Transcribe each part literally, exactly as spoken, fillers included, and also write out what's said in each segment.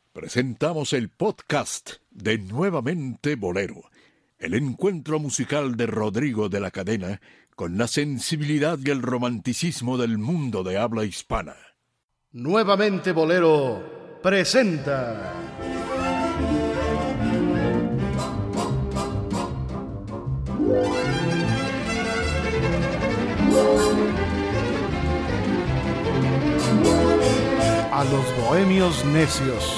presentamos el podcast de Nuevamente Bolero, el encuentro musical de Rodrigo de la Cadena con la sensibilidad y el romanticismo del mundo de habla hispana. Nuevamente Bolero presenta. A los bohemios necios.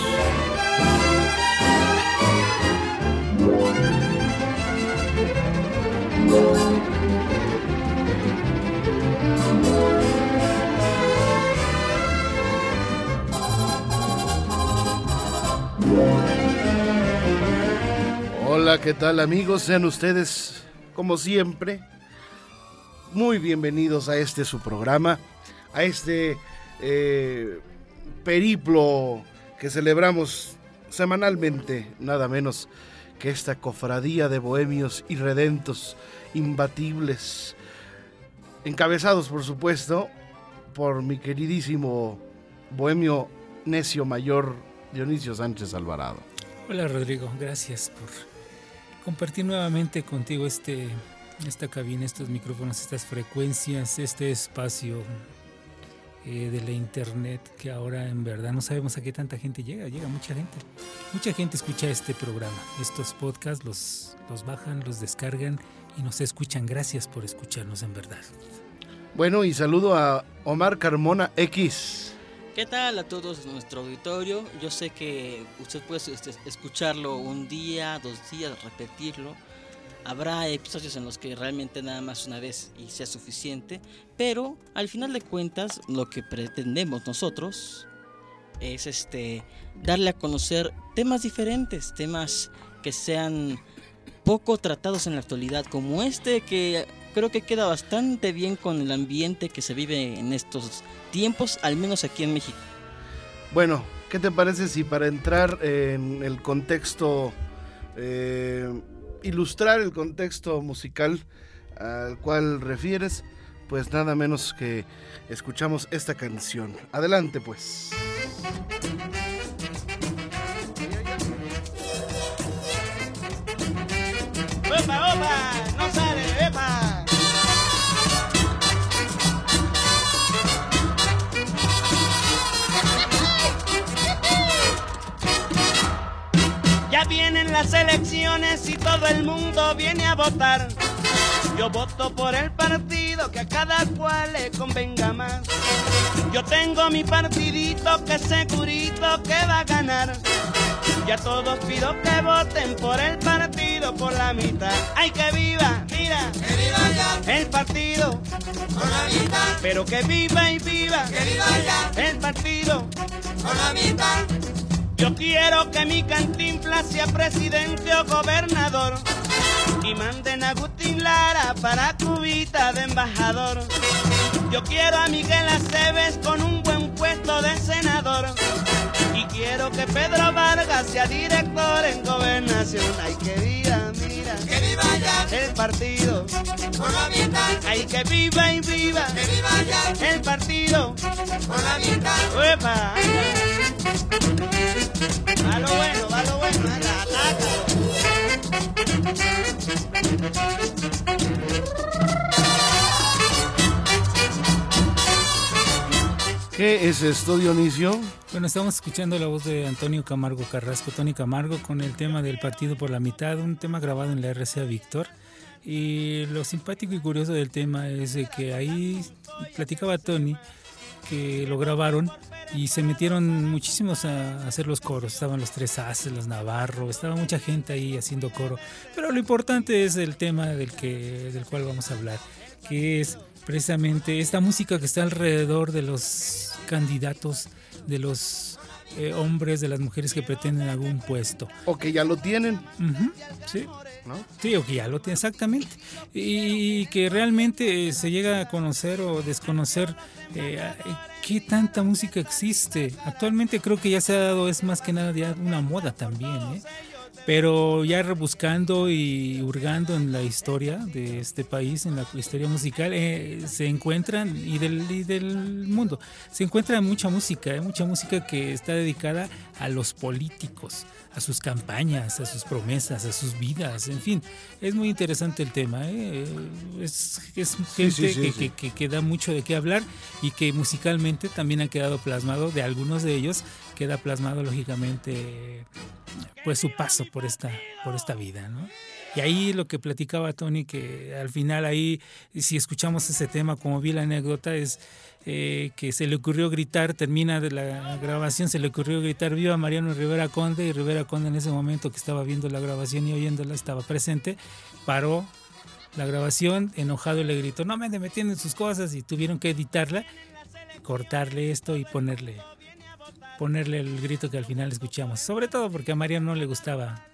Hola, ¿qué tal, amigos? Sean ustedes, como siempre, muy bienvenidos a este su programa, a este eh, periplo que celebramos semanalmente, nada menos que esta cofradía de bohemios irredentos, imbatibles, encabezados, por supuesto, por mi queridísimo bohemio necio mayor Dionisio Sánchez Alvarado. Hola, Rodrigo, gracias por compartir nuevamente contigo este, esta cabina, estos micrófonos, estas frecuencias, este espacio eh, de la internet, que ahora en verdad no sabemos a qué tanta gente llega, llega mucha gente. Mucha gente escucha este programa, estos podcasts, los, los bajan, los descargan y nos escuchan. Gracias por escucharnos, en verdad. Bueno, y saludo a Omar Carmona X. ¿Qué tal a todos nuestro auditorio? Yo sé que usted puede escucharlo un día, dos días, repetirlo. Habrá episodios en los que realmente nada más una vez y sea suficiente, pero al final de cuentas lo que pretendemos nosotros es este darle a conocer temas diferentes, temas que sean poco tratados en la actualidad, como este que creo que queda bastante bien con el ambiente que se vive en estos tiempos, al menos aquí en México. Bueno, ¿qué te parece si para entrar en el contexto, eh, ilustrar el contexto musical al cual refieres, pues nada menos que escuchamos esta canción? Adelante, pues. ¡Opa, opa! ¡No sale, epa! Ya vienen las elecciones y todo el mundo viene a votar. Yo voto por el partido que a cada cual le convenga más. Yo tengo mi partidito que segurito que va a ganar. Ya todos pido que voten por el partido por la mitad. ¡Ay, que viva! Mira, que viva ya el partido por la mitad. Pero que viva y viva, que viva ya el partido por la mitad. Yo quiero que mi Cantinflas sea presidente o gobernador y manden a Agustín Lara para Cubita de embajador. Yo quiero a Miguel Aceves con un buen puesto de senador y quiero que Pedro Vargas sea director en gobernación. Ay, que viva, mira, que viva ya el partido por la mitad. Ay, que viva y viva, que viva ya el partido por la mitad. ¡Uepa! Va lo bueno, va lo bueno, anda, atácalo. ¿Qué es esto, Dionisio? Bueno, estamos escuchando la voz de Antonio Camargo Carrasco, Tony Camargo, con el tema del partido por la mitad, un tema grabado en la R C A Víctor. Y lo simpático y curioso del tema es de que ahí platicaba Tony que lo grabaron y se metieron muchísimos a hacer los coros. Estaban los Tres Haces, los Navarro, estaba mucha gente ahí haciendo coro. Pero lo importante es el tema del, que, del cual vamos a hablar, que es precisamente esta música que está alrededor de los candidatos, de los eh, hombres, de las mujeres que pretenden algún puesto. O que ya lo tienen. Uh-huh, sí. ¿No? Sí, o que ya lo tienen, exactamente. Y que realmente eh, se llega a conocer o desconocer eh, qué tanta música existe. Actualmente creo que ya se ha dado, es más que nada ya una moda también, ¿eh? Pero ya rebuscando y hurgando en la historia de este país, en la historia musical, eh, se encuentran, y del, y del mundo, se encuentra mucha música, eh, mucha música que está dedicada a los políticos, a sus campañas, a sus promesas, a sus vidas, en fin. Es muy interesante el tema, ¿eh? Es, es gente sí, sí, que, sí. Que, que, que da mucho de qué hablar y que musicalmente también ha quedado plasmado, de algunos de ellos queda plasmado lógicamente pues su paso por esta, por esta vida, ¿no? Y ahí lo que platicaba Tony, que al final ahí, si escuchamos ese tema, como vi la anécdota, es eh, que se le ocurrió gritar, termina de la grabación, se le ocurrió gritar viva Mariano Rivera Conde, y Rivera Conde en ese momento que estaba viendo la grabación y oyéndola, estaba presente, paró la grabación, enojado, le gritó, no me ande metiendo en sus cosas, y tuvieron que editarla, cortarle esto y ponerle, ponerle el grito que al final escuchamos, sobre todo porque a Mariano no le gustaba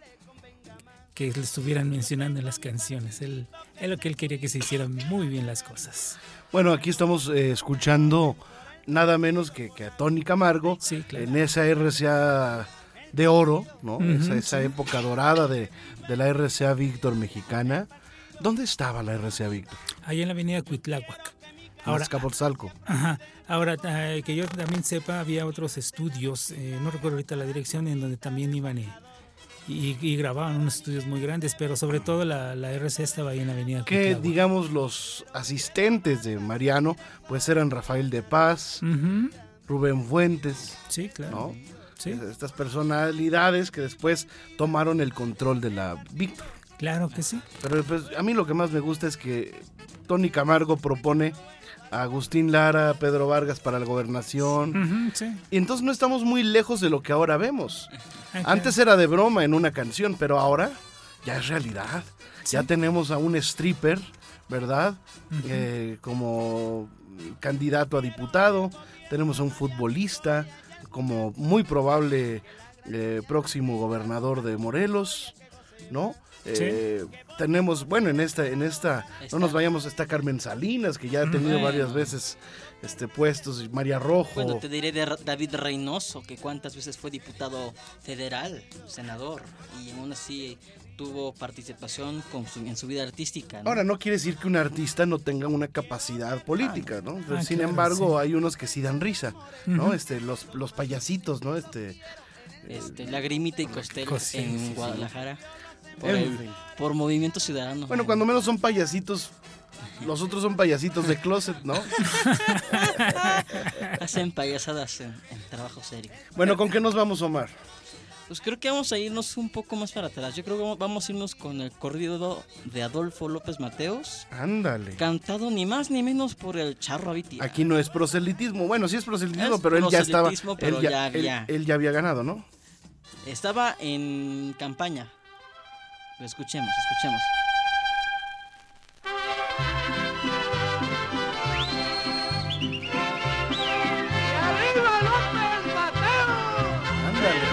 que le estuvieran mencionando en las canciones. Él, él lo que él quería que se hicieran muy bien las cosas. Bueno, aquí estamos eh, escuchando nada menos que, que a Tony Camargo, sí, claro. En esa R C A de oro, ¿no? Uh-huh, esa esa sí. época dorada de, de la R C A Víctor mexicana. ¿Dónde estaba la R C A Víctor? Allá en la avenida Cuitláhuac. Ahora, Azcapotzalco. Ajá. Ahora, eh, que yo también sepa, había otros estudios, eh, no recuerdo ahorita la dirección, en donde también iban y, y, y grababan unos estudios muy grandes, pero sobre todo la, la R C A estaba ahí en la avenida Que Cuitláhuac. digamos los asistentes de Mariano, pues eran Rafael de Paz, Uh-huh. Rubén Fuentes, Sí, claro. ¿no? Sí, Estas personalidades que después tomaron el control de la Víctor. claro que sí. Pero pues, a mí lo que más me gusta es que Tony Camargo propone a Agustín Lara, a Pedro Vargas para la gobernación. Uh-huh, sí. Y entonces no estamos muy lejos de lo que ahora vemos. Ah, Antes era de broma en una canción, pero ahora ya es realidad. Sí. Ya tenemos a un stripper, ¿verdad? Uh-huh. Eh, como candidato a diputado. Tenemos a un futbolista como muy probable eh, próximo gobernador de Morelos, ¿no? Eh, tenemos, bueno, en esta, en esta, Está. no nos vayamos, está Carmen Salinas, que ya ha tenido Bueno. varias veces este puestos, y María Rojo. Bueno, te diré de Ra- David Reynoso, que cuántas veces fue diputado federal, senador, y aún así tuvo participación con su- en su vida artística, ¿no? Ahora, no quiere decir que un artista no tenga una capacidad política, ¿no? Ah, Sin claro, embargo, sí. hay unos que sí dan risa, ¿no? Ujú. Este, los, los payasitos, ¿no? Este, Este, Lagrimita y Costel Cos- sí, en sí, sí. Guadalajara, por, en el- fin. por Movimiento Ciudadano. Bueno, cuando menos son payasitos, los otros son payasitos de closet, ¿no? Hacen payasadas en, en trabajo serio. Bueno, ¿con qué nos vamos, Omar? Pues creo que vamos a irnos un poco más para atrás. Yo creo que vamos a irnos con el corrido de Adolfo López Mateos, Ándale. cantado ni más ni menos por el Charro Avitia. Aquí no es proselitismo. Bueno, sí es proselitismo, Es pero él ya estaba. proselitismo, pero él, ya, ya él- había. él ya había ganado, ¿no? Estaba en campaña. Lo escuchemos, escuchemos. Ándale.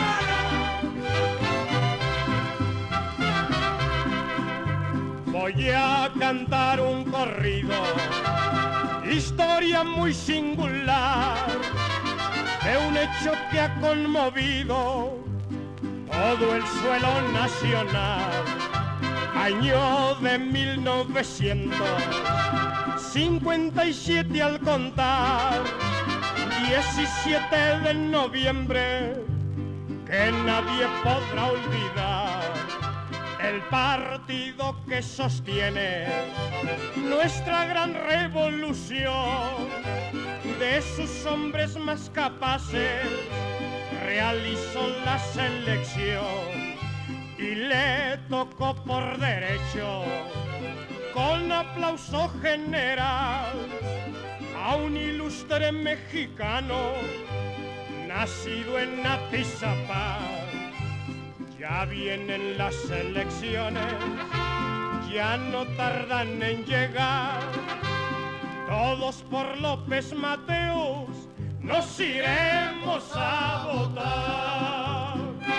Voy a cantar un corrido, historia muy singular, de un hecho que ha conmovido todo el suelo nacional. Año de mil novecientos cincuenta y siete al contar, diecisiete de noviembre, que nadie podrá olvidar. El partido que sostiene nuestra gran revolución, de sus hombres más capaces, realizó la selección y le tocó por derecho, con aplauso general, a un ilustre mexicano nacido en Atizapán. Ya vienen las elecciones, ya no tardan en llegar. Todos por López Mateos nos iremos a votar.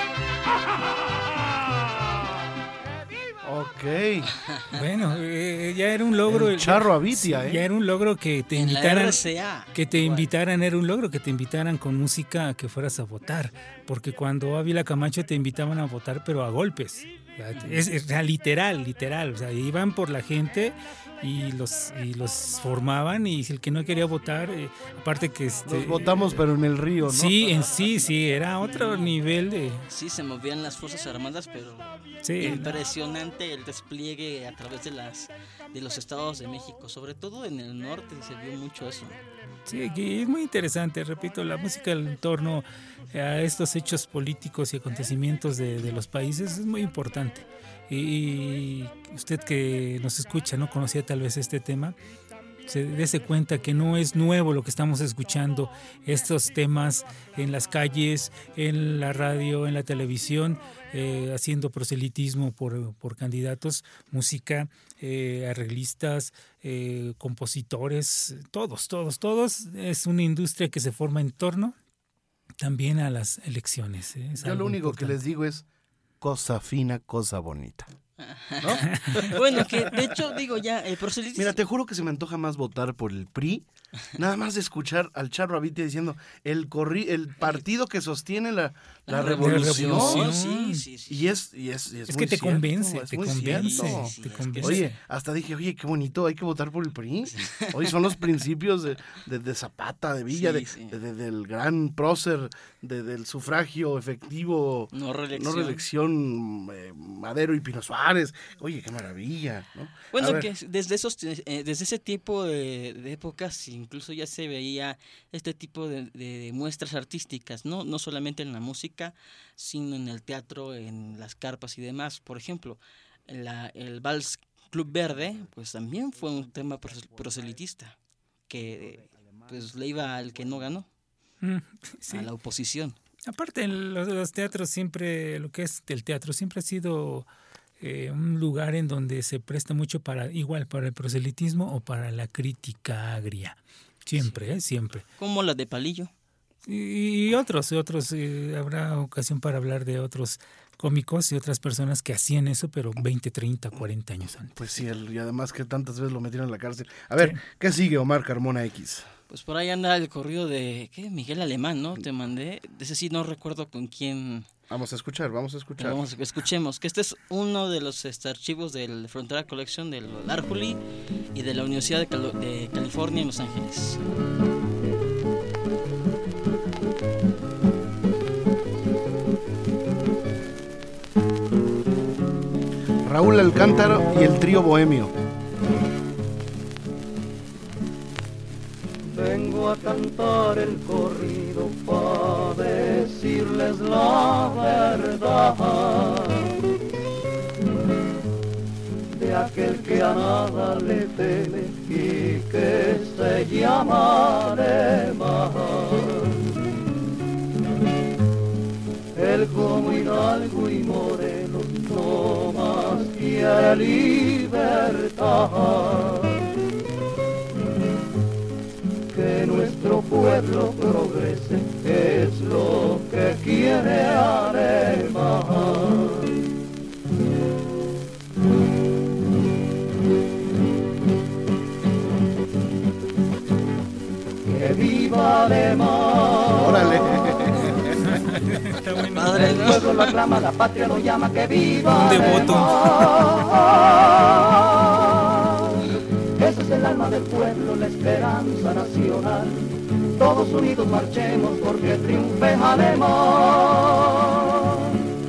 Ok. Bueno, eh, ya era un logro. El Charro Avitia, sí, ¿eh? Ya era un logro que te En la invitaran. R C A. Que te Igual. invitaran, era un logro que te invitaran con música a que fueras a votar. Porque cuando Ávila Camacho te invitaban a votar, pero a golpes. Es, es literal, literal. O sea, iban por la gente y los y los formaban, y el que no quería votar, eh, aparte que este, los votamos pero en el río, ¿no? Sí, en sí, sí, era otro nivel de... Sí, se movían las Fuerzas Armadas, pero sí, impresionante el despliegue a través de las de los estados de México, sobre todo en el norte se vio mucho eso. Sí, que es muy interesante, repito, la música en torno a estos hechos políticos y acontecimientos de, de los países es muy importante. Y usted que nos escucha, no conocía tal vez este tema, se dése cuenta que no es nuevo lo que estamos escuchando, estos temas en las calles, en la radio, en la televisión, eh, haciendo proselitismo por, por candidatos, música, eh, arreglistas, eh, compositores, todos, todos, todos. Es una industria que se forma en torno también a las elecciones. ¿eh? Yo lo único importante que les digo es cosa fina, cosa bonita. ¿No? Bueno, que de hecho, digo ya, el proselitismo... Mira, te juro que se me antoja más votar por el P R I, nada más de escuchar al Charro Abitia diciendo el corri el partido que sostiene la, la, la revolución. revolución. Sí, sí, sí. Y es, y es, y es, es muy que te cierto, convence, es te muy convence, cierto. te convence. Oye, hasta dije, oye, qué bonito, hay que votar por el P R I. Hoy son los principios de, de, de Zapata, de Villa, sí, de, sí. De, de, del gran prócer, de, del sufragio efectivo, no reelección, no reelección eh, Madero y Pino Suárez. Oye, qué maravilla, ¿no? Bueno, que desde esos eh, desde ese tipo de, de épocas incluso ya se veía este tipo de, de muestras artísticas, ¿no? No solamente en la música, sino en el teatro, en las carpas y demás. Por ejemplo, la, el Vals Club Verde, pues también fue un tema proselitista, que pues le iba al que no ganó, mm, sí. a la oposición. Aparte, en los, los teatros siempre, lo que es el teatro, siempre ha sido eh, un lugar en donde se presta mucho para, igual, para el proselitismo o para la crítica agria. Siempre, sí. ¿eh? Siempre. Como la de Palillo. Y, y otros, otros, eh, habrá ocasión para hablar de otros cómicos y otras personas que hacían eso, pero veinte, treinta, cuarenta años antes. Pues sí, el, y además que tantas veces lo metieron en la cárcel. A ver, sí. ¿Qué sigue, Omar Carmona X? Pues por ahí anda el corrido de ¿qué? Miguel Alemán, ¿no? Te mandé. De ese sí no recuerdo con quién. Vamos a escuchar, vamos a escuchar. Vamos, escuchemos, que este es uno de los este, archivos del Frontera Collection del Arjuli y de la Universidad de, Cal- de California en Los Ángeles. Raúl Alcántara y el trío bohemio. Vengo a cantar el corrido para decirles la verdad de aquel que a nada le teme y que se llama alemán. Él como Hidalgo y Morelos no más quiere libertad, que nuestro pueblo progrese, es lo que quiere Alemán. Que viva Alemán. Órale. Madre, el pueblo lo aclama, la patria lo llama, que viva un devoto. Ese es el alma del pueblo, la esperanza nacional. Todos unidos marchemos porque triunfe Alemán.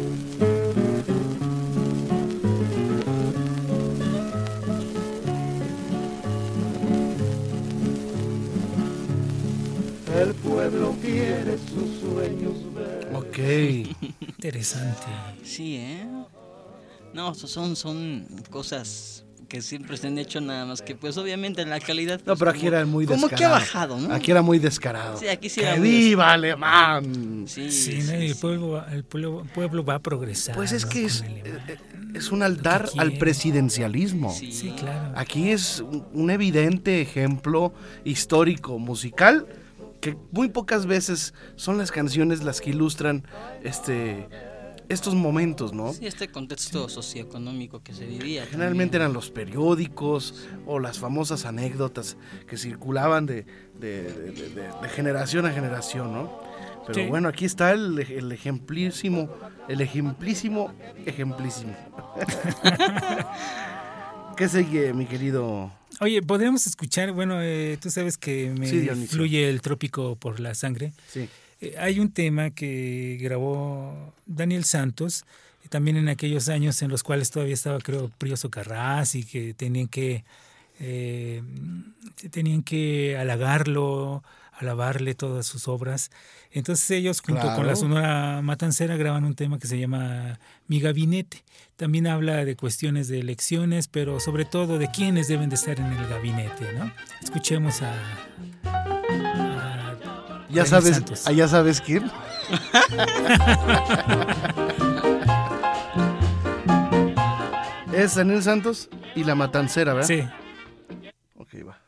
El pueblo quiere sus sueños ver. Ok. Interesante. Sí, ¿eh? No, son, son cosas que siempre se han hecho, nada más que pues obviamente en la calidad... No, pues, pero aquí como, era muy descarado. Como que ha bajado, ¿no? Aquí era muy descarado. Sí, aquí sí era ¡Que muy viva Alemán! Sí, Sí, sí, ¿no? sí, el, sí. pueblo, el, pueblo, pueblo va a progresar. Pues es ¿no? que es, Con el alemán. es un altar que al quiere. presidencialismo. Sí. Sí, claro. Aquí es un evidente ejemplo histórico musical que muy pocas veces son las canciones las que ilustran este estos momentos, ¿no? Sí, este contexto socioeconómico que se vivía. Generalmente también. eran los periódicos o las famosas anécdotas que circulaban de, de, de, de, de generación a generación, ¿no? Pero sí. Bueno, aquí está el, el ejemplísimo, el ejemplísimo, ejemplísimo. ¿Qué sigue, mi querido? Oye, podríamos escuchar, bueno, eh, tú sabes que me sí, fluye el trópico por la sangre. Sí. Eh, hay un tema que grabó Daniel Santos, también en aquellos años en los cuales todavía estaba, creo, Pío Socarrás y que tenían que, eh, tenían que halagarlo, alabarle todas sus obras. Entonces ellos, junto claro. con la Sonora Matancera, graban un tema que se llama Mi Gabinete. También habla de cuestiones de elecciones, pero sobre todo de quiénes deben de estar en el gabinete, ¿no? Escuchemos a... a ya Daniel sabes, Santos. ¿ya sabes quién? Es Daniel Santos y La Matancera, ¿verdad? Sí. Ok, va.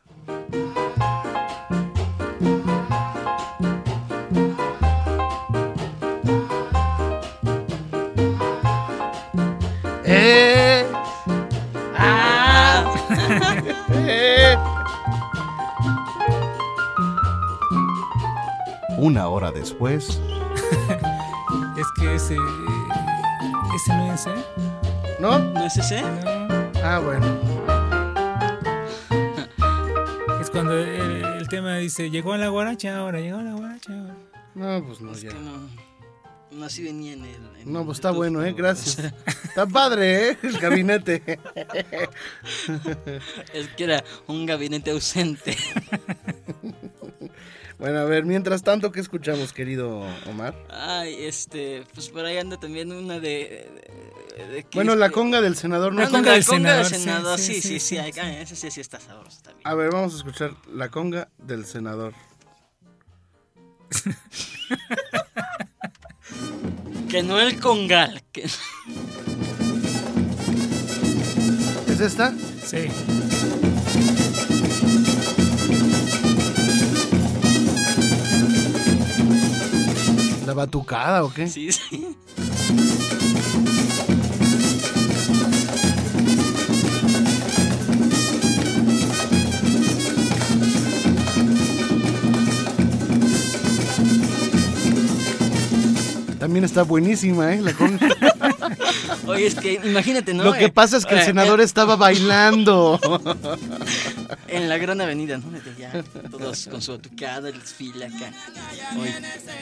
¡Eh! ¡Ah! ¡Eh! Una hora después. Es que ese... ¿Ese no es, eh? ¿No? ¿No es ese? No. Ah, bueno. Es cuando el, el tema dice, llegó la guaracha ahora, llegó la guaracha ahora. No, pues no, Es ya. que no, no así venía en el... en No, el pues está YouTube, bueno, ¿eh? ¿no? Gracias. Está padre, ¿eh? El gabinete. Es que era un gabinete ausente. Bueno, a ver, mientras tanto, ¿qué escuchamos, querido Omar? Ay, este, pues por ahí anda también una de... de, de que Bueno, este- la conga del senador, ¿no? Ah, La no, conga la del conga del senador, senador, sí, sí, sí, sí, sí, sí, sí, ay, sí. ay, ese sí, sí está sabroso también. A ver, vamos a escuchar la conga del senador. Que no el congal, que... ¿Es esta? Sí. ¿La batucada o qué? Sí, sí. También está buenísima, ¿eh? La conga. Oye, es que imagínate, ¿no? Lo que Eh, pasa es que el eh, senador estaba bailando. En la gran avenida, ¿no? Desde ya, todos con su batucada, el desfile acá. Oye.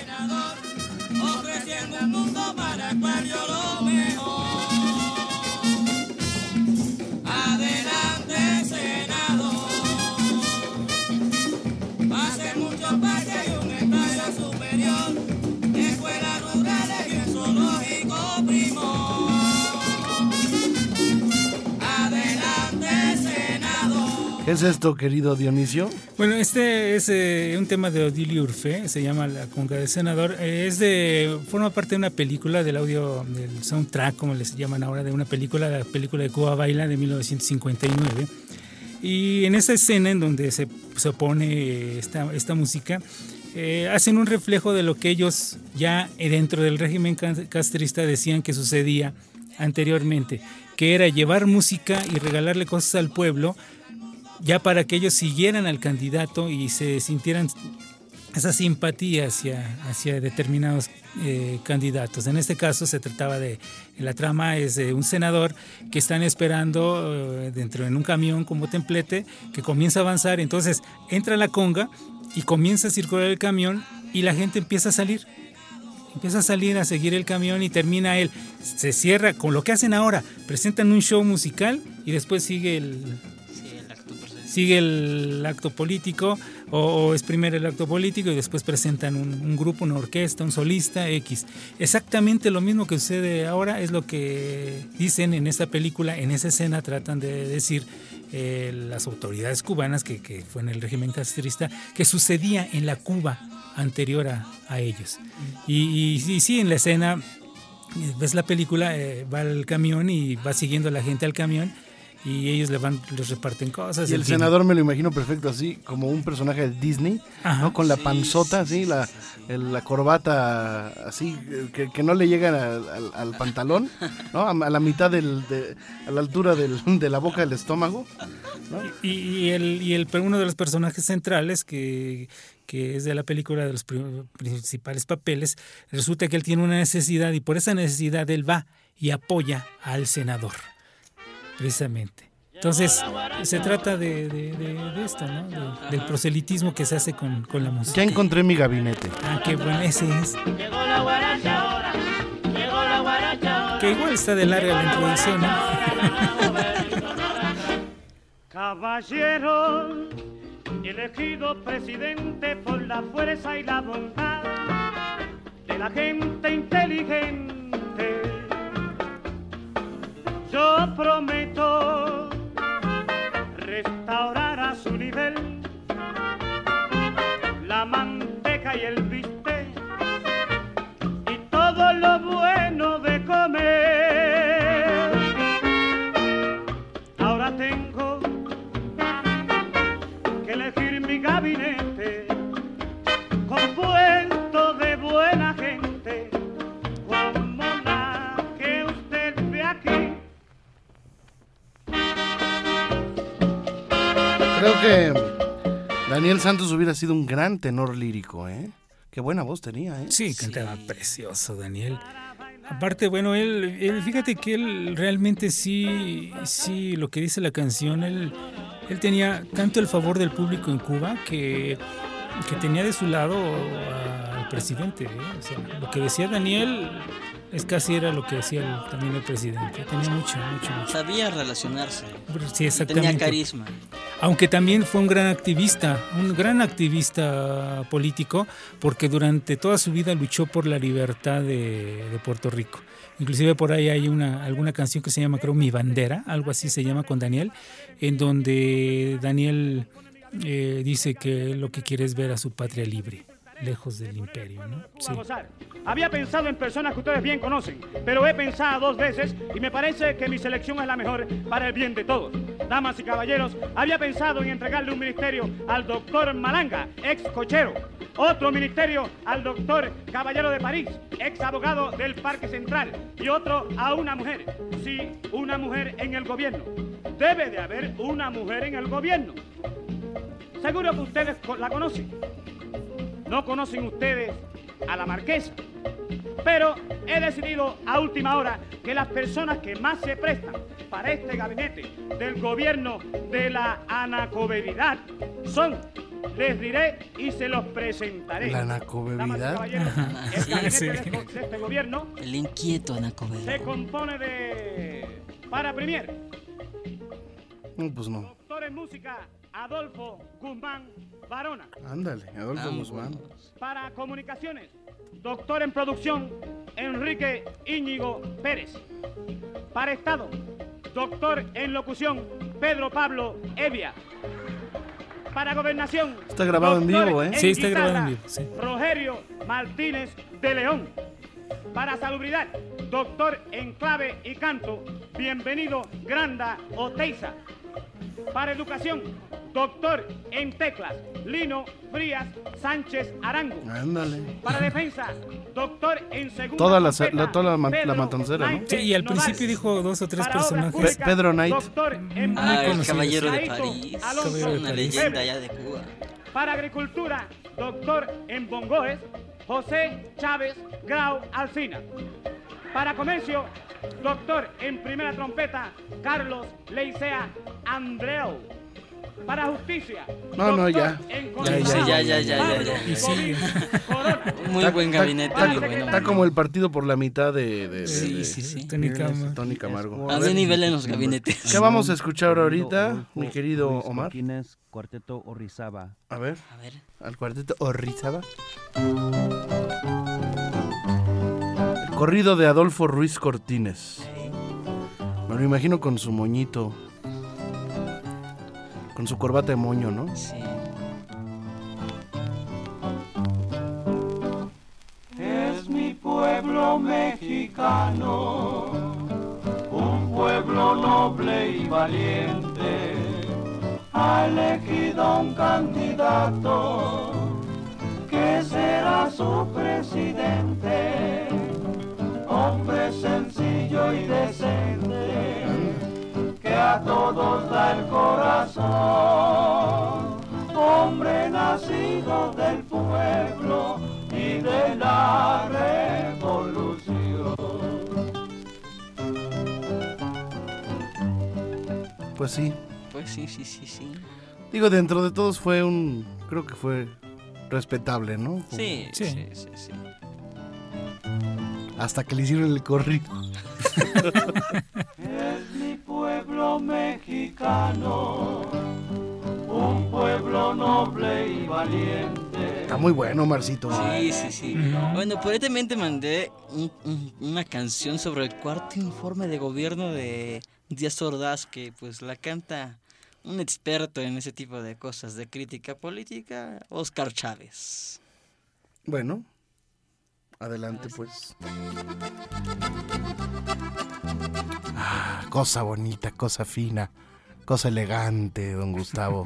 ¿Qué es esto, querido Dionisio? Bueno, este es eh, un tema de Odilio Urfé, se llama La Conga del Senador. Eh, es de, forma parte de una película del audio, del soundtrack, como les llaman ahora, de una película, la película de Cuba Baila de mil novecientos cincuenta y nueve. Y en esa escena en donde se, se pone esta, esta música, eh, hacen un reflejo de lo que ellos ya dentro del régimen castrista decían que sucedía anteriormente, que era llevar música y regalarle cosas al pueblo, ya para que ellos siguieran al candidato y se sintieran esa simpatía hacia, hacia determinados eh, candidatos. En este caso se trataba de, la trama es de un senador que están esperando eh, dentro en un camión como templete, que comienza a avanzar, entonces entra la conga y comienza a circular el camión y la gente empieza a salir. Empieza a salir a seguir el camión y termina él. Se cierra con lo que hacen ahora. Presentan un show musical y después sigue el... sigue el acto político o, o es primero el acto político y después presentan un, un grupo, una orquesta, un solista X. Exactamente lo mismo que sucede ahora es lo que dicen en esta película, en esa escena tratan de decir eh, las autoridades cubanas, que, que fue en el régimen castrista, que sucedía en la Cuba anterior a, a ellos. Y, y, y sí, en la escena, ves la película, eh, va el camión y va siguiendo la gente al camión, y ellos le van, les reparten cosas. Y el senador me lo imagino perfecto así, como un personaje de Disney, ajá, ¿no? Con la sí, panzota, sí, así, sí, la, sí, sí. el- la corbata así, que, que no le llega al, al- al pantalón, ¿no? A, a la mitad, del, de, a la altura del, de la boca del estómago, ¿no? Y, y el, y el, uno de los personajes centrales que, que es de la película de los principales papeles, resulta que él tiene una necesidad y por esa necesidad él va y apoya al senador, precisamente. Entonces, se trata de, de, de, de esto, ¿no? De, del proselitismo que se hace con, con la música. Ya encontré mi gabinete. Ah, qué bueno, ese es. Que igual está de larga la introducción, ¿no? Caballero, elegido presidente por la fuerza y la bondad de la gente inteligente, yo prometo restaurar a su nivel la manteca y el bistec y todo lo bueno de comer. Ahora tengo que elegir mi gabinete compuesto de buena gente como la que usted ve aquí. Creo que Daniel Santos hubiera sido un gran tenor lírico, ¿eh? Qué buena voz tenía, ¿eh? Sí, cantaba sí. Precioso, Daniel. Aparte, bueno, él, él, fíjate que él realmente sí, sí, lo que dice la canción, él, él tenía tanto el favor del público en Cuba que, que tenía de su lado al presidente, ¿eh? O sea, lo que decía Daniel es casi era lo que decía el, también el presidente. Tenía mucho, mucho, mucho. Sabía relacionarse. Sí, exactamente. Tenía carisma. Aunque también fue un gran activista, un gran activista político, porque durante toda su vida luchó por la libertad de, de Puerto Rico. Inclusive por ahí hay una alguna canción que se llama, creo, Mi Bandera, algo así se llama, con Daniel, en donde Daniel eh, dice que lo que quiere es ver a su patria libre, lejos del imperio, ¿no? Sí. Había pensado en personas que ustedes bien conocen, pero he pensado dos veces y me parece que mi selección es la mejor para el bien de todos. Damas y caballeros, había pensado en entregarle un ministerio al doctor Malanga, ex cochero, otro ministerio al doctor Caballero de París, ex abogado del Parque Central, y otro a una mujer. Sí, una mujer en el gobierno. Debe de haber una mujer en el gobierno. Seguro que ustedes la conocen. No conocen ustedes a la marquesa, pero he decidido a última hora que las personas que más se prestan para este gabinete del gobierno de la anacoberidad son, les diré y se los presentaré. ¿La anacoberidad? El gabinete sí, sí. de, de este gobierno, el inquieto anacoberidad, se compone de, para premier, no, pues no. Doctor en música Adolfo Guzmán Barona. Ándale, Adolfo Guzmán. Para comunicaciones, doctor en producción Enrique Íñigo Pérez. Para Estado, doctor en locución Pedro Pablo Evia. Para gobernación, está grabado en vivo, ¿eh? En sí, está guitarra, grabado en vivo. Sí. Rogerio Martínez de León. Para salubridad, doctor en clave y canto, bienvenido Granda Oteiza. Para educación, doctor en teclas, Lino Frías Sánchez Arango. Ándale. Para defensa, doctor en segunda toda la, trompeta, la, toda la, Pedro la matancera, ¿no? Sí, y al principio dijo dos o tres Para personajes. públicas, Pedro Knight. Doctor en Ah, el conocidos. Caballero de Aito París. Alonso Una leyenda ya de Cuba. Para agricultura, doctor en bongoes, José Chávez Grau Alsina. Para comercio, doctor en primera trompeta, Carlos Leicea Andreu. Para justicia, no, no, ya. Ya, ya, ya, ya, ya, ya. Y sí. Muy Ta, buen ta, gabinete, ta, muy ta, bueno. Está como el partido por la mitad de, de, de, Sí, de, sí, sí. Tony Camargo. Tony Camargo. Había nivel en los gabinetes. ¿Qué vamos a escuchar ahorita, mi querido Omar? Cortines, Cuarteto Orizaba. A ver, A ver. al cuarteto Orizaba. El corrido de Adolfo Ruiz Cortines. Me lo imagino con su moñito, con su corbata de moño, ¿no? Sí. Es mi pueblo mexicano, un pueblo noble y valiente, ha elegido un candidato que será su presidente, hombre sencillo y decente, que a todos da el corazón, hombre nacido del la revolución. Pues sí. Pues sí, sí, sí, sí. Digo, dentro de todos fue un... Creo que fue respetable, ¿no? Como- Sí, Sí. sí, sí, sí. Hasta que le hicieron el corrido. Es mi pueblo mexicano, un pueblo noble y valiente. Está muy bueno, Marcito. Sí, sí, sí. Ujú. Bueno, por ahí también te mandé un- un- una canción sobre el cuarto informe de gobierno de Díaz Ordaz, que pues la canta un experto en ese tipo de cosas de crítica política, Óscar Chávez. Bueno, adelante pues. Ah, cosa bonita, cosa fina, cosa elegante, don Gustavo.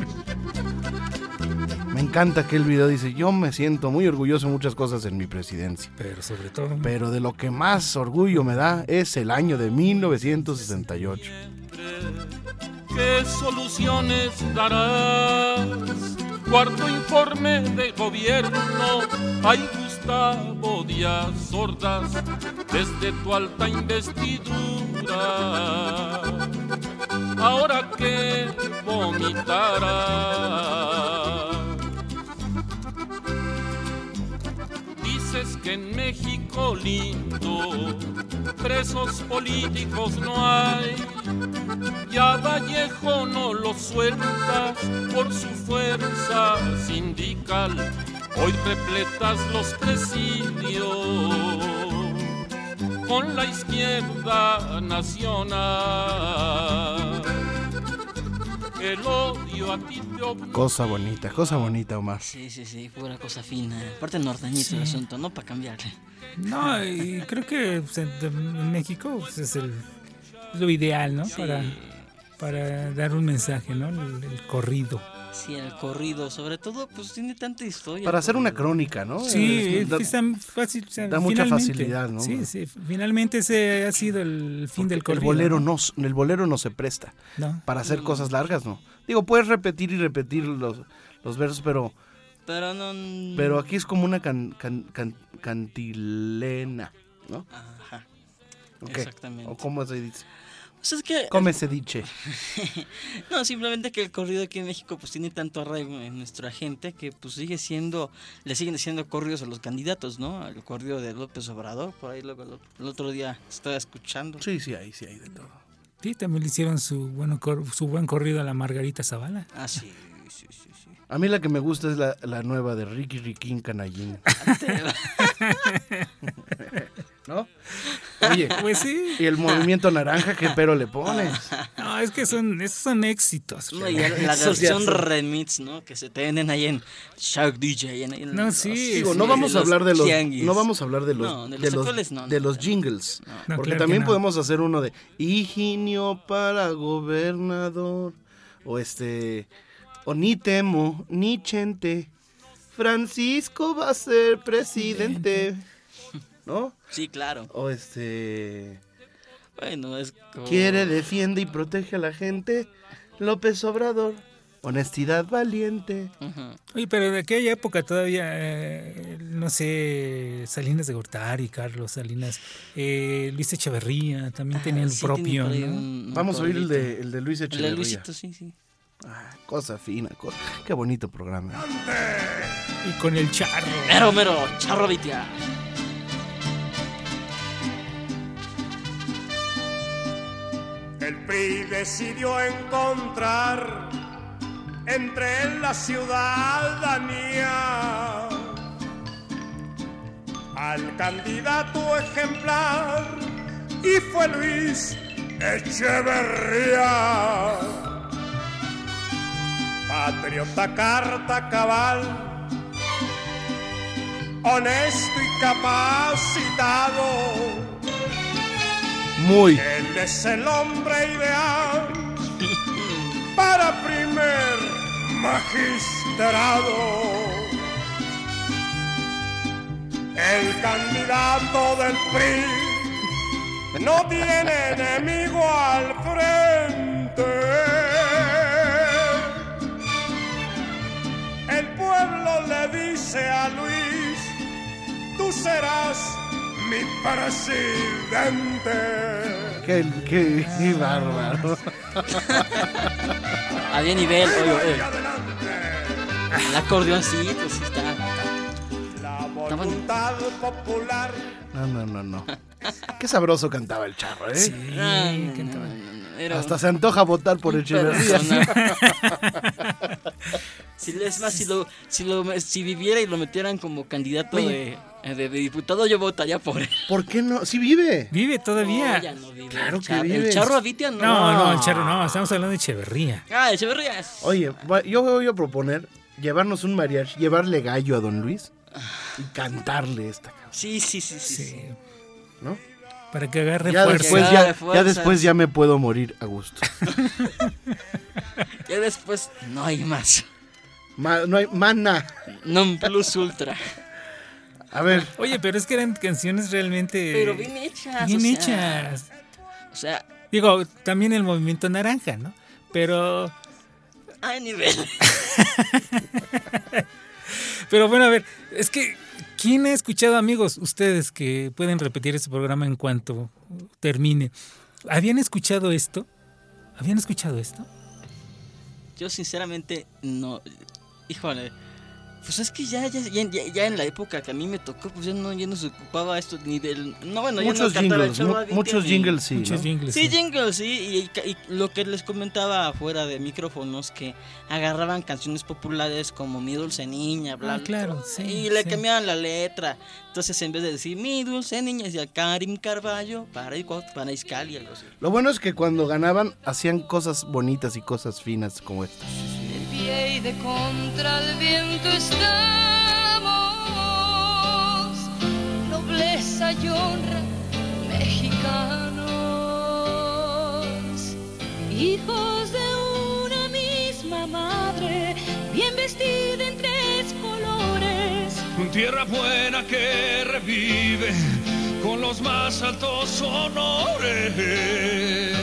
Me encanta aquel video, dice, yo me siento muy orgulloso de muchas cosas en mi presidencia, Pero sobre todo... pero de lo que más orgullo me da es el año de mil novecientos sesenta y ocho. ¿Qué soluciones darás? Cuarto informe de gobierno. Ay, Gustavo Díaz Ordaz, desde tu alta investidura, ahora que vomitarás. Dices que en México lindo presos políticos no hay. Ya Vallejo no lo sueltas por su fuerza sindical. Hoy repletas los presidios con la izquierda nacional. El odio a ti te obliga. Cosa bonita, cosa bonita, Omar. Sí, sí, sí, pura cosa fina. Aparte norteñito el asunto, ¿no? Para cambiarle. No, y creo que pues, en, en México pues, es el, lo ideal, ¿no? Sí. Para, para dar un mensaje, ¿no? El, el corrido. Sí, el corrido, sobre todo, pues tiene tanta historia. Para hacer el una corrido. crónica, ¿no? Sí, Es- da- es tan fácil. O sea, da mucha finalmente- facilidad, ¿no? Sí, sí. Finalmente ese ha sido el fin del porque el corrido. bolero no, el bolero no se presta No. para hacer cosas largas, ¿no? Digo, puedes repetir y repetir los, los versos, pero Pero no. pero aquí es como una can- can- can- cantilena, ¿no? Ajá. ¿O qué? Exactamente. ¿O cómo se dice? Pues es que. ¿Cómo se dice? No, simplemente que el corrido aquí en México pues tiene tanto arraigo en nuestra gente que pues sigue siendo, le siguen haciendo corridos a los candidatos, ¿no? El corrido de López Obrador, por ahí luego lo- el otro día estaba escuchando. Sí, sí, ahí sí hay de todo. Sí, también le hicieron su, bueno, cor- su buen corrido a la Margarita Zavala. Ah, sí, sí, sí, sí. A mí la que me gusta es la, la nueva de Ricky Riquín Canallín. ¿No? Oye, Pues sí. y el movimiento naranja, ¿qué pero le pones? No, es que son, esos son éxitos. No, y la la Esos ya versión son- remix, ¿no? Que se tienen ahí en Shark D J. En, en No, los- sí, Digo, sí, no vamos a hablar de los tianguis. no vamos a hablar de los No, de los de los, actuales no, de no, los no. jingles, No, porque claro también que no. podemos hacer uno de Higinio para gobernador o este o ni temo ni chente Francisco va a ser presidente, ¿no? Sí, claro. O este Bueno, es como... quiere, defiende y protege a la gente López Obrador, honestidad valiente. Ujú. Oye, pero de aquella época todavía, eh, no sé, Salinas de Gortari, Carlos Salinas, eh, Luis Echeverría, también tenía el Ah, sí, tiene propio, por ahí ¿no? un- un Vamos a oír el corridito. de el de Luis El de Echeverría. Luisito, sí, sí. Ah, cosa fina, cosa. Qué bonito programa. Y con el charro. Mero, mero, charro Vitia. El P R I decidió encontrar entre la ciudadanía al candidato ejemplar y fue Luis Echeverría. Patriota carta cabal, honesto y capacitado. Muy. Él es el hombre ideal para primer magistrado. El candidato del P R I no tiene enemigo al frente. El pueblo le dice a Luis, tú tú serás mi presidente. Qué, qué, qué bárbaro. Había nivel, oye, oye. El acordeoncito, sí está. La voluntad popular. No, no, no, no. Qué sabroso cantaba el Charro, ¿eh? Sí, Ah, no, cantaba. no, no, no, era Hasta un- se antoja votar por un Echeverría. personaje. Si es más, si lo, si lo, si viviera y lo metieran como candidato Oye. de, de, de diputado, yo votaría por él. ¿Por qué no? Sí vive. Vive todavía. No, ya no vive. Claro el que Charro. vive. El Charro Avitia no. No, no, el Charro no, estamos hablando de Echeverría. Ah, Echeverría. Oye, va- yo voy a proponer llevarnos un mariachi, llevarle gallo a Don Luis y cantarle esta canción, Sí, sí, sí, sí. Sí. sí. ¿no? Para que agarre Ya fuerza. después Ah, ya, de ya fuerza. después ya me puedo morir a gusto. Ya después no hay más. Ma- no hay mana. Non plus ultra. A ver, Oye, pero es que eran canciones realmente Pero bien hechas. bien o sea, hechas. O sea, Digo, también el movimiento naranja, ¿no? Pero hay nivel. pero bueno, a ver, es que ¿quién ha escuchado, amigos, ustedes que pueden repetir este programa en cuanto termine? ¿Habían escuchado esto? ¿Habían escuchado esto? Yo sinceramente no. Híjole. Pues es que ya, ya, ya, ya- ya en la época que a mí me tocó, pues ya no, ya no se ocupaba esto ni del. No, bueno, ya muchos no cantaba el jingles, Charro mu- Avitia muchos ni- jingles sí, Muchos ¿no? jingles. Sí, jingles, sí. Y, y- y lo que les comentaba fuera de micrófonos, que agarraban canciones populares como Mi Dulce Niña, bla, Ah, bla, claro, sí, y le sí. cambiaban la letra. Entonces, en vez de decir Mi Dulce Niña, decía Karim Carballo para, Ico- para Izcali, algo así. Lo bueno es que cuando ganaban hacían cosas bonitas y cosas finas como estas. De pie y de contra el viento estamos, nobleza y honra, mexicanos, hijos de una misma madre, bien vestida en tres colores. Tierra buena que revive con los más altos honores.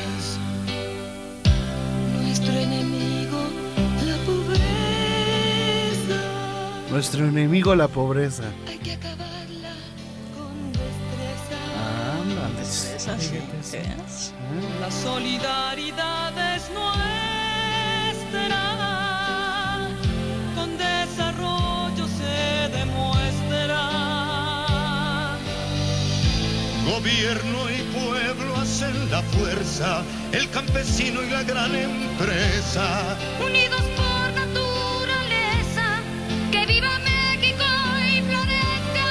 Nuestro enemigo, la pobreza, Nuestro enemigo la pobreza. hay que acabarla con destreza. Ándale. Esa sí, Fíjate, sí. ¿crees? La solidaridad es nuestra, con desarrollo se demuestra. Gobierno y pueblo hacen la fuerza, el campesino y la gran empresa. Unidos por naturaleza, que viva México y florezca.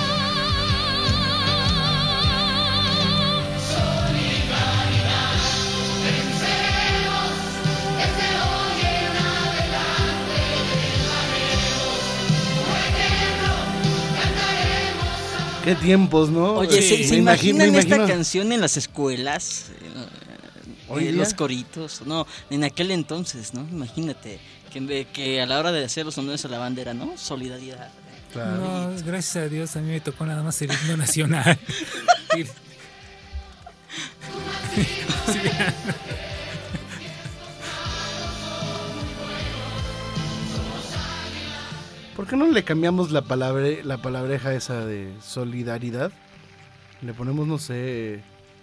Solidaridad, venceremos, desde hoy en adelante, haremos un ejemplo, cantaremos. Qué tiempos, ¿no? Oye, ¿se, Me ¿se imagi- imaginan me esta imagino- canción en las escuelas? Eh, ¿Hoy eh, día? los coritos. No, en aquel entonces, ¿no? Imagínate que, en vez- que a la hora de hacer los honores a la bandera, ¿no? Solidaridad. Claro. No, gracias a Dios a mí me tocó nada más el himno nacional. Y- ¿Por qué no le cambiamos la palabra, la palabreja esa de solidaridad? Le ponemos, no sé,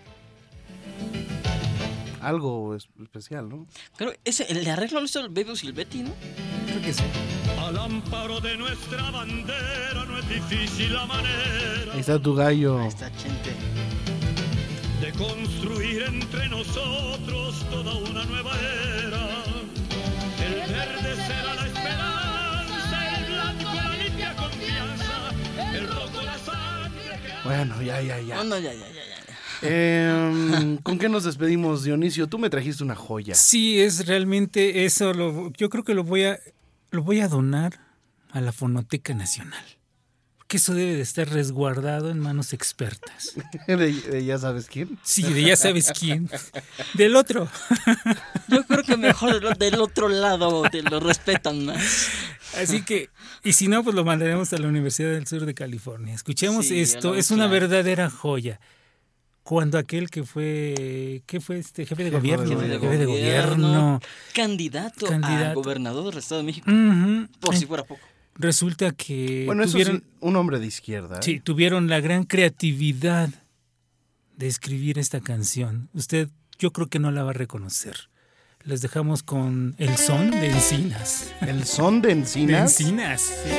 algo es- especial, ¿no? Creo ese, el arreglo lo hizo el Bebo Silvetti, ¿no? Creo que sí. Al amparo de nuestra bandera no es difícil la manera Ahí está tu gallo. Esta gente. de construir entre nosotros toda una nueva era. El verde será la esperanza, el blanco la limpia confianza, el rojo la sangre que... Bueno, ya, ya, ya. No, no, ya, ya, ya, ya. Em, ¿Con qué nos despedimos, Dionisio? Tú me trajiste una joya. Sí, es realmente eso. Lo, yo creo que lo voy a lo voy a donar a la Fonoteca Nacional. Porque eso debe de estar resguardado en manos expertas. De, de ya sabes quién. Sí, de ya sabes quién. Del otro. Yo creo que mejor del, del otro lado te lo respetan más. Así que, y si no, pues lo mandaremos a la Universidad del Sur de California. Escuchemos Sí, esto, a la es una U C L A. verdadera joya. Cuando aquel que fue, ¿qué fue este? Jefe de Jefe de gobierno. gobierno. Jefe de gobierno. Candidato, a Candidato. gobernador del Estado de México. Ujú. Por En- si fuera poco. resulta que Bueno, eso tuvieron, sí, un hombre de izquierda. ¿eh? sí, tuvieron la gran creatividad de escribir esta canción. Usted, yo creo que no la va a reconocer. Les dejamos con el son de Encinas. ¿El son de Encinas? De Encinas, sí.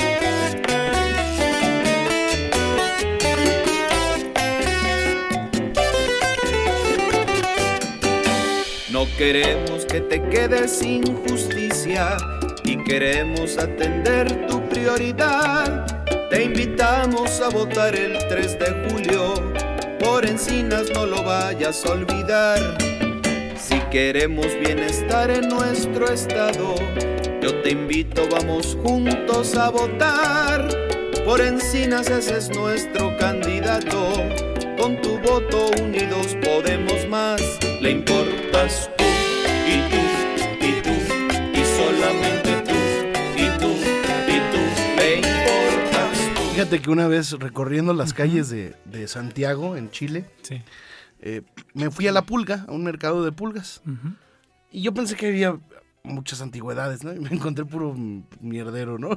No queremos que te quedes sin justicia y queremos atender tu prioridad. Te invitamos a votar el tres de julio, por Encinas no lo vayas a olvidar. Si queremos bienestar en nuestro estado, yo te invito, vamos juntos a votar. Por Encinas ese es nuestro candidato, con tu voto unidos podemos más. Le importas tú y tú y tú y solamente tú y tú y tú. Le importas tú. Fíjate que una vez recorriendo las uh-huh. calles de, de Santiago, en Chile, sí. eh, me fui a La Pulga, a un mercado de pulgas. Uh-huh. Y yo pensé que había muchas antigüedades, ¿no? Y me encontré puro mierdero, ¿no?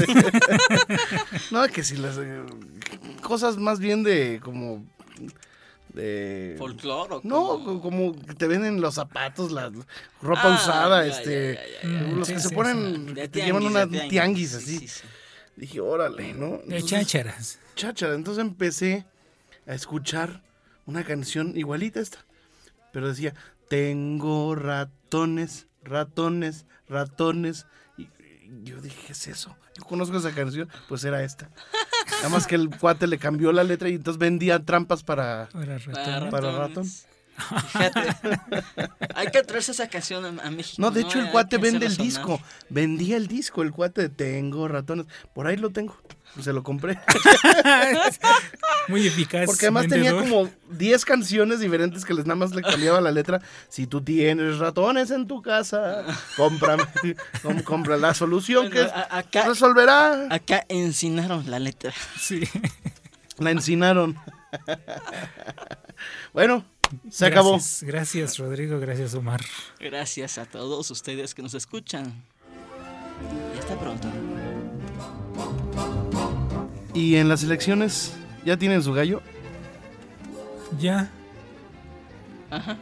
No, que si las eh, cosas más bien de como... de folclore. No, como... como que te venden los zapatos, la ropa ah, usada, ya, este, ya, ya, ya. los sí, que sí, se ponen, sí. que te llevan una tianguis, tianguis así. Sí, sí, sí. Dije, órale, ¿no? Entonces, de chácharas. Cháchara, entonces empecé a escuchar una canción igualita a esta, pero decía, tengo ratones, ratones, ratones. Y yo dije, ¿qué es eso? Yo conozco esa canción, pues era esta. Nada más que el cuate le cambió la letra y entonces vendía trampas para, para ratón. Para ratón. Fíjate, hay que traerse esa canción a, a México. No, de hecho ¿no? el cuate vende el sonar. disco. Vendía el disco, el cuate de Tengo Ratones. Por ahí lo tengo. Se lo compré. Muy eficaz. Porque además vendedor. Tenía como diez canciones diferentes que les nada más le cambiaba la letra. Si tú tienes ratones en tu casa, cómprame, compra la solución bueno, que a, acá, resolverá. Acá encinaron la letra. Sí. La encinaron. Bueno, se gracias, acabó. Gracias, Rodrigo. Gracias, Omar. Gracias a todos ustedes que nos escuchan. Y hasta pronto. ¿Y en las elecciones ya tienen su gallo? Ya. Ajá.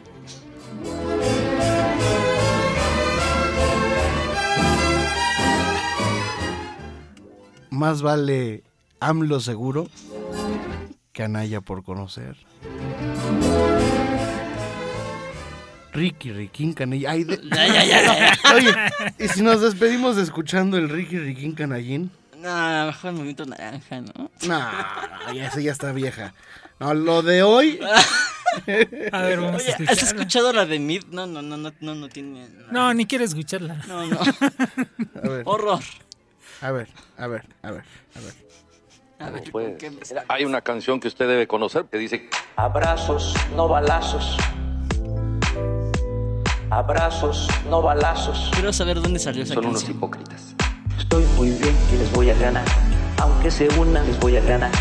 Más vale AMLO seguro que Anaya por conocer. Ricky Riquín Canallín. Ay, de... ya, ya, ya, ya. Oye, ¿y si nos despedimos escuchando el Ricky Riquín Canallín? No, mejor el Movimiento Naranja, ¿no? No, ya, esa ya está vieja. No, lo de hoy... A ver, vamos Oye, a ¿has escuchado la de Mid? No, no, no, no, no, no tiene... No, no ni quiero escucharla. No, no. A ver. Horror. A ver, a ver, a ver, a ver. A ver, pues, hay una canción que usted debe conocer que dice: abrazos, no balazos. Abrazos, no balazos. Quiero saber dónde salió esa Son canción. unos hipócritas. Estoy muy bien y les voy a ganar. Aunque se unan, les voy a ganar.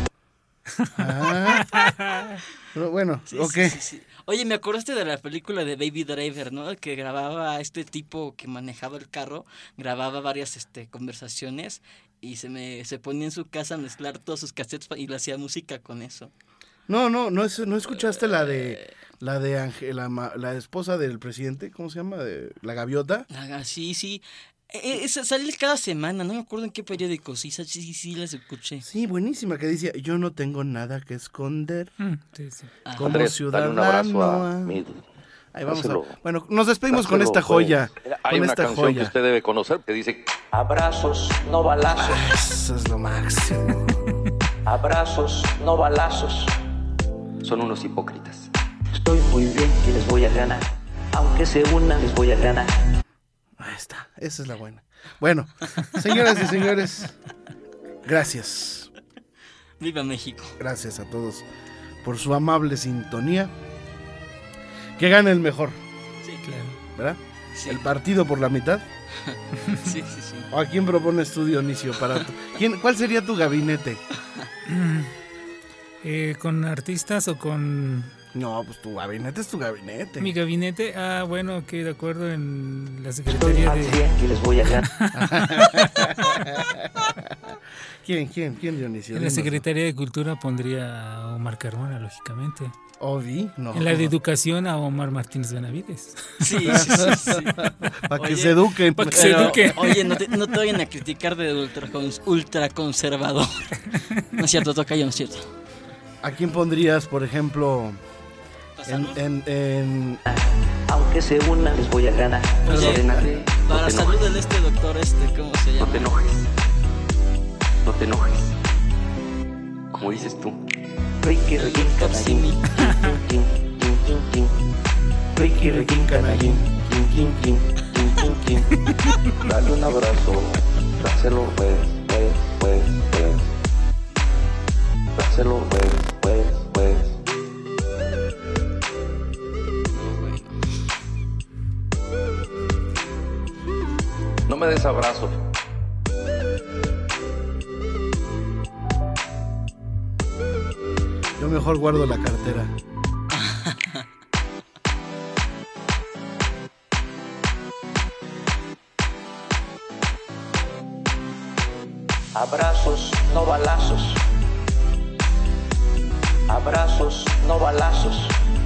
Ah, pero bueno, sí, ok. Sí, sí, sí. Oye, me acordaste de la película de Baby Driver, ¿no? Que grababa a este tipo que manejaba el carro, grababa varias este, conversaciones y se me se ponía en su casa a mezclar todos sus cassettes y le hacía música con eso. No, no, no, es, no escuchaste la de la de Ángel, la, la esposa del presidente, ¿cómo se llama? De, la gaviota. La, sí, sí. Eh, esa sale cada semana, no me acuerdo en qué periódico, sí, sí, sí, sí las escuché. Sí, buenísima, que decía, yo no tengo nada que esconder, mm, sí, sí. como Andrés, ciudadano. Dale un abrazo a Mid. Ahí vamos a, bueno, nos despedimos con esta pues. joya. Hay con una esta canción joya. que usted debe conocer que dice: abrazos, no balazos. Ah, eso es lo máximo. Abrazos, no balazos. Son unos hipócritas. Estoy muy bien y les voy a ganar. Aunque se unan, les voy a ganar. Ahí está, esa es la buena. Bueno, señoras y señores, gracias. Viva México. Gracias a todos por su amable sintonía. Que gane el mejor. Sí, claro. ¿Verdad? Sí. El partido por la mitad. Sí, sí, sí. ¿O a quién propones tú, Dionisio? Para tu... ¿Quién, ¿Cuál sería tu gabinete? Eh, ¿Con artistas o con...? No, pues tu gabinete es tu gabinete. Mi gabinete, ah, bueno, que de acuerdo en la Secretaría de... y les voy a ganar. ¿Quién, quién, quién, Dionisio? En la Secretaría de Cultura pondría a Omar Carmona, lógicamente. Ovi, no. En la de Educación a Omar Martínez Benavides. Sí, sí, sí. sí. Para que se eduquen. Para que se eduquen. Oye, no te, no te vayan a criticar de ultra, ultraconservador. No es cierto, tocayo, no es cierto. ¿A quién pondrías, por ejemplo, en, en, en... Aunque se unan, les voy a ganar. Oye, no para te salud de este doctor, este, ¿cómo se llama? No te enojes. No te enojes. Como dices tú. Ricky, Ricky, canallín. Ricky, Ricky, canallín. Dale un abrazo. Dáselo, pues, pues, pues, pues. Dáselo, pues, pues, pues. No me des abrazo. Yo mejor guardo la cartera. Abrazos, no balazos. Abrazos, no balazos.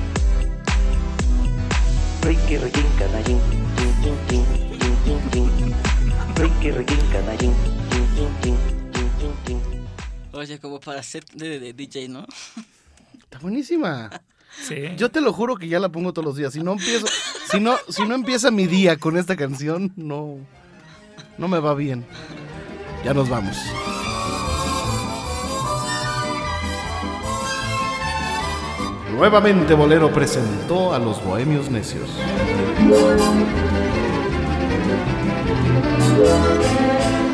Ricky, Ricky, canallín. Ricky, Ricky, canallín. Oye, como para ser de, de, de D J, ¿no? Está buenísima. Sí. Yo te lo juro que ya la pongo todos los días. Si no empiezo, si no, si no empieza mi día con esta canción, no, no me va bien. Ya nos vamos. Nuevamente Bolero presentó a los Bohemios Necios.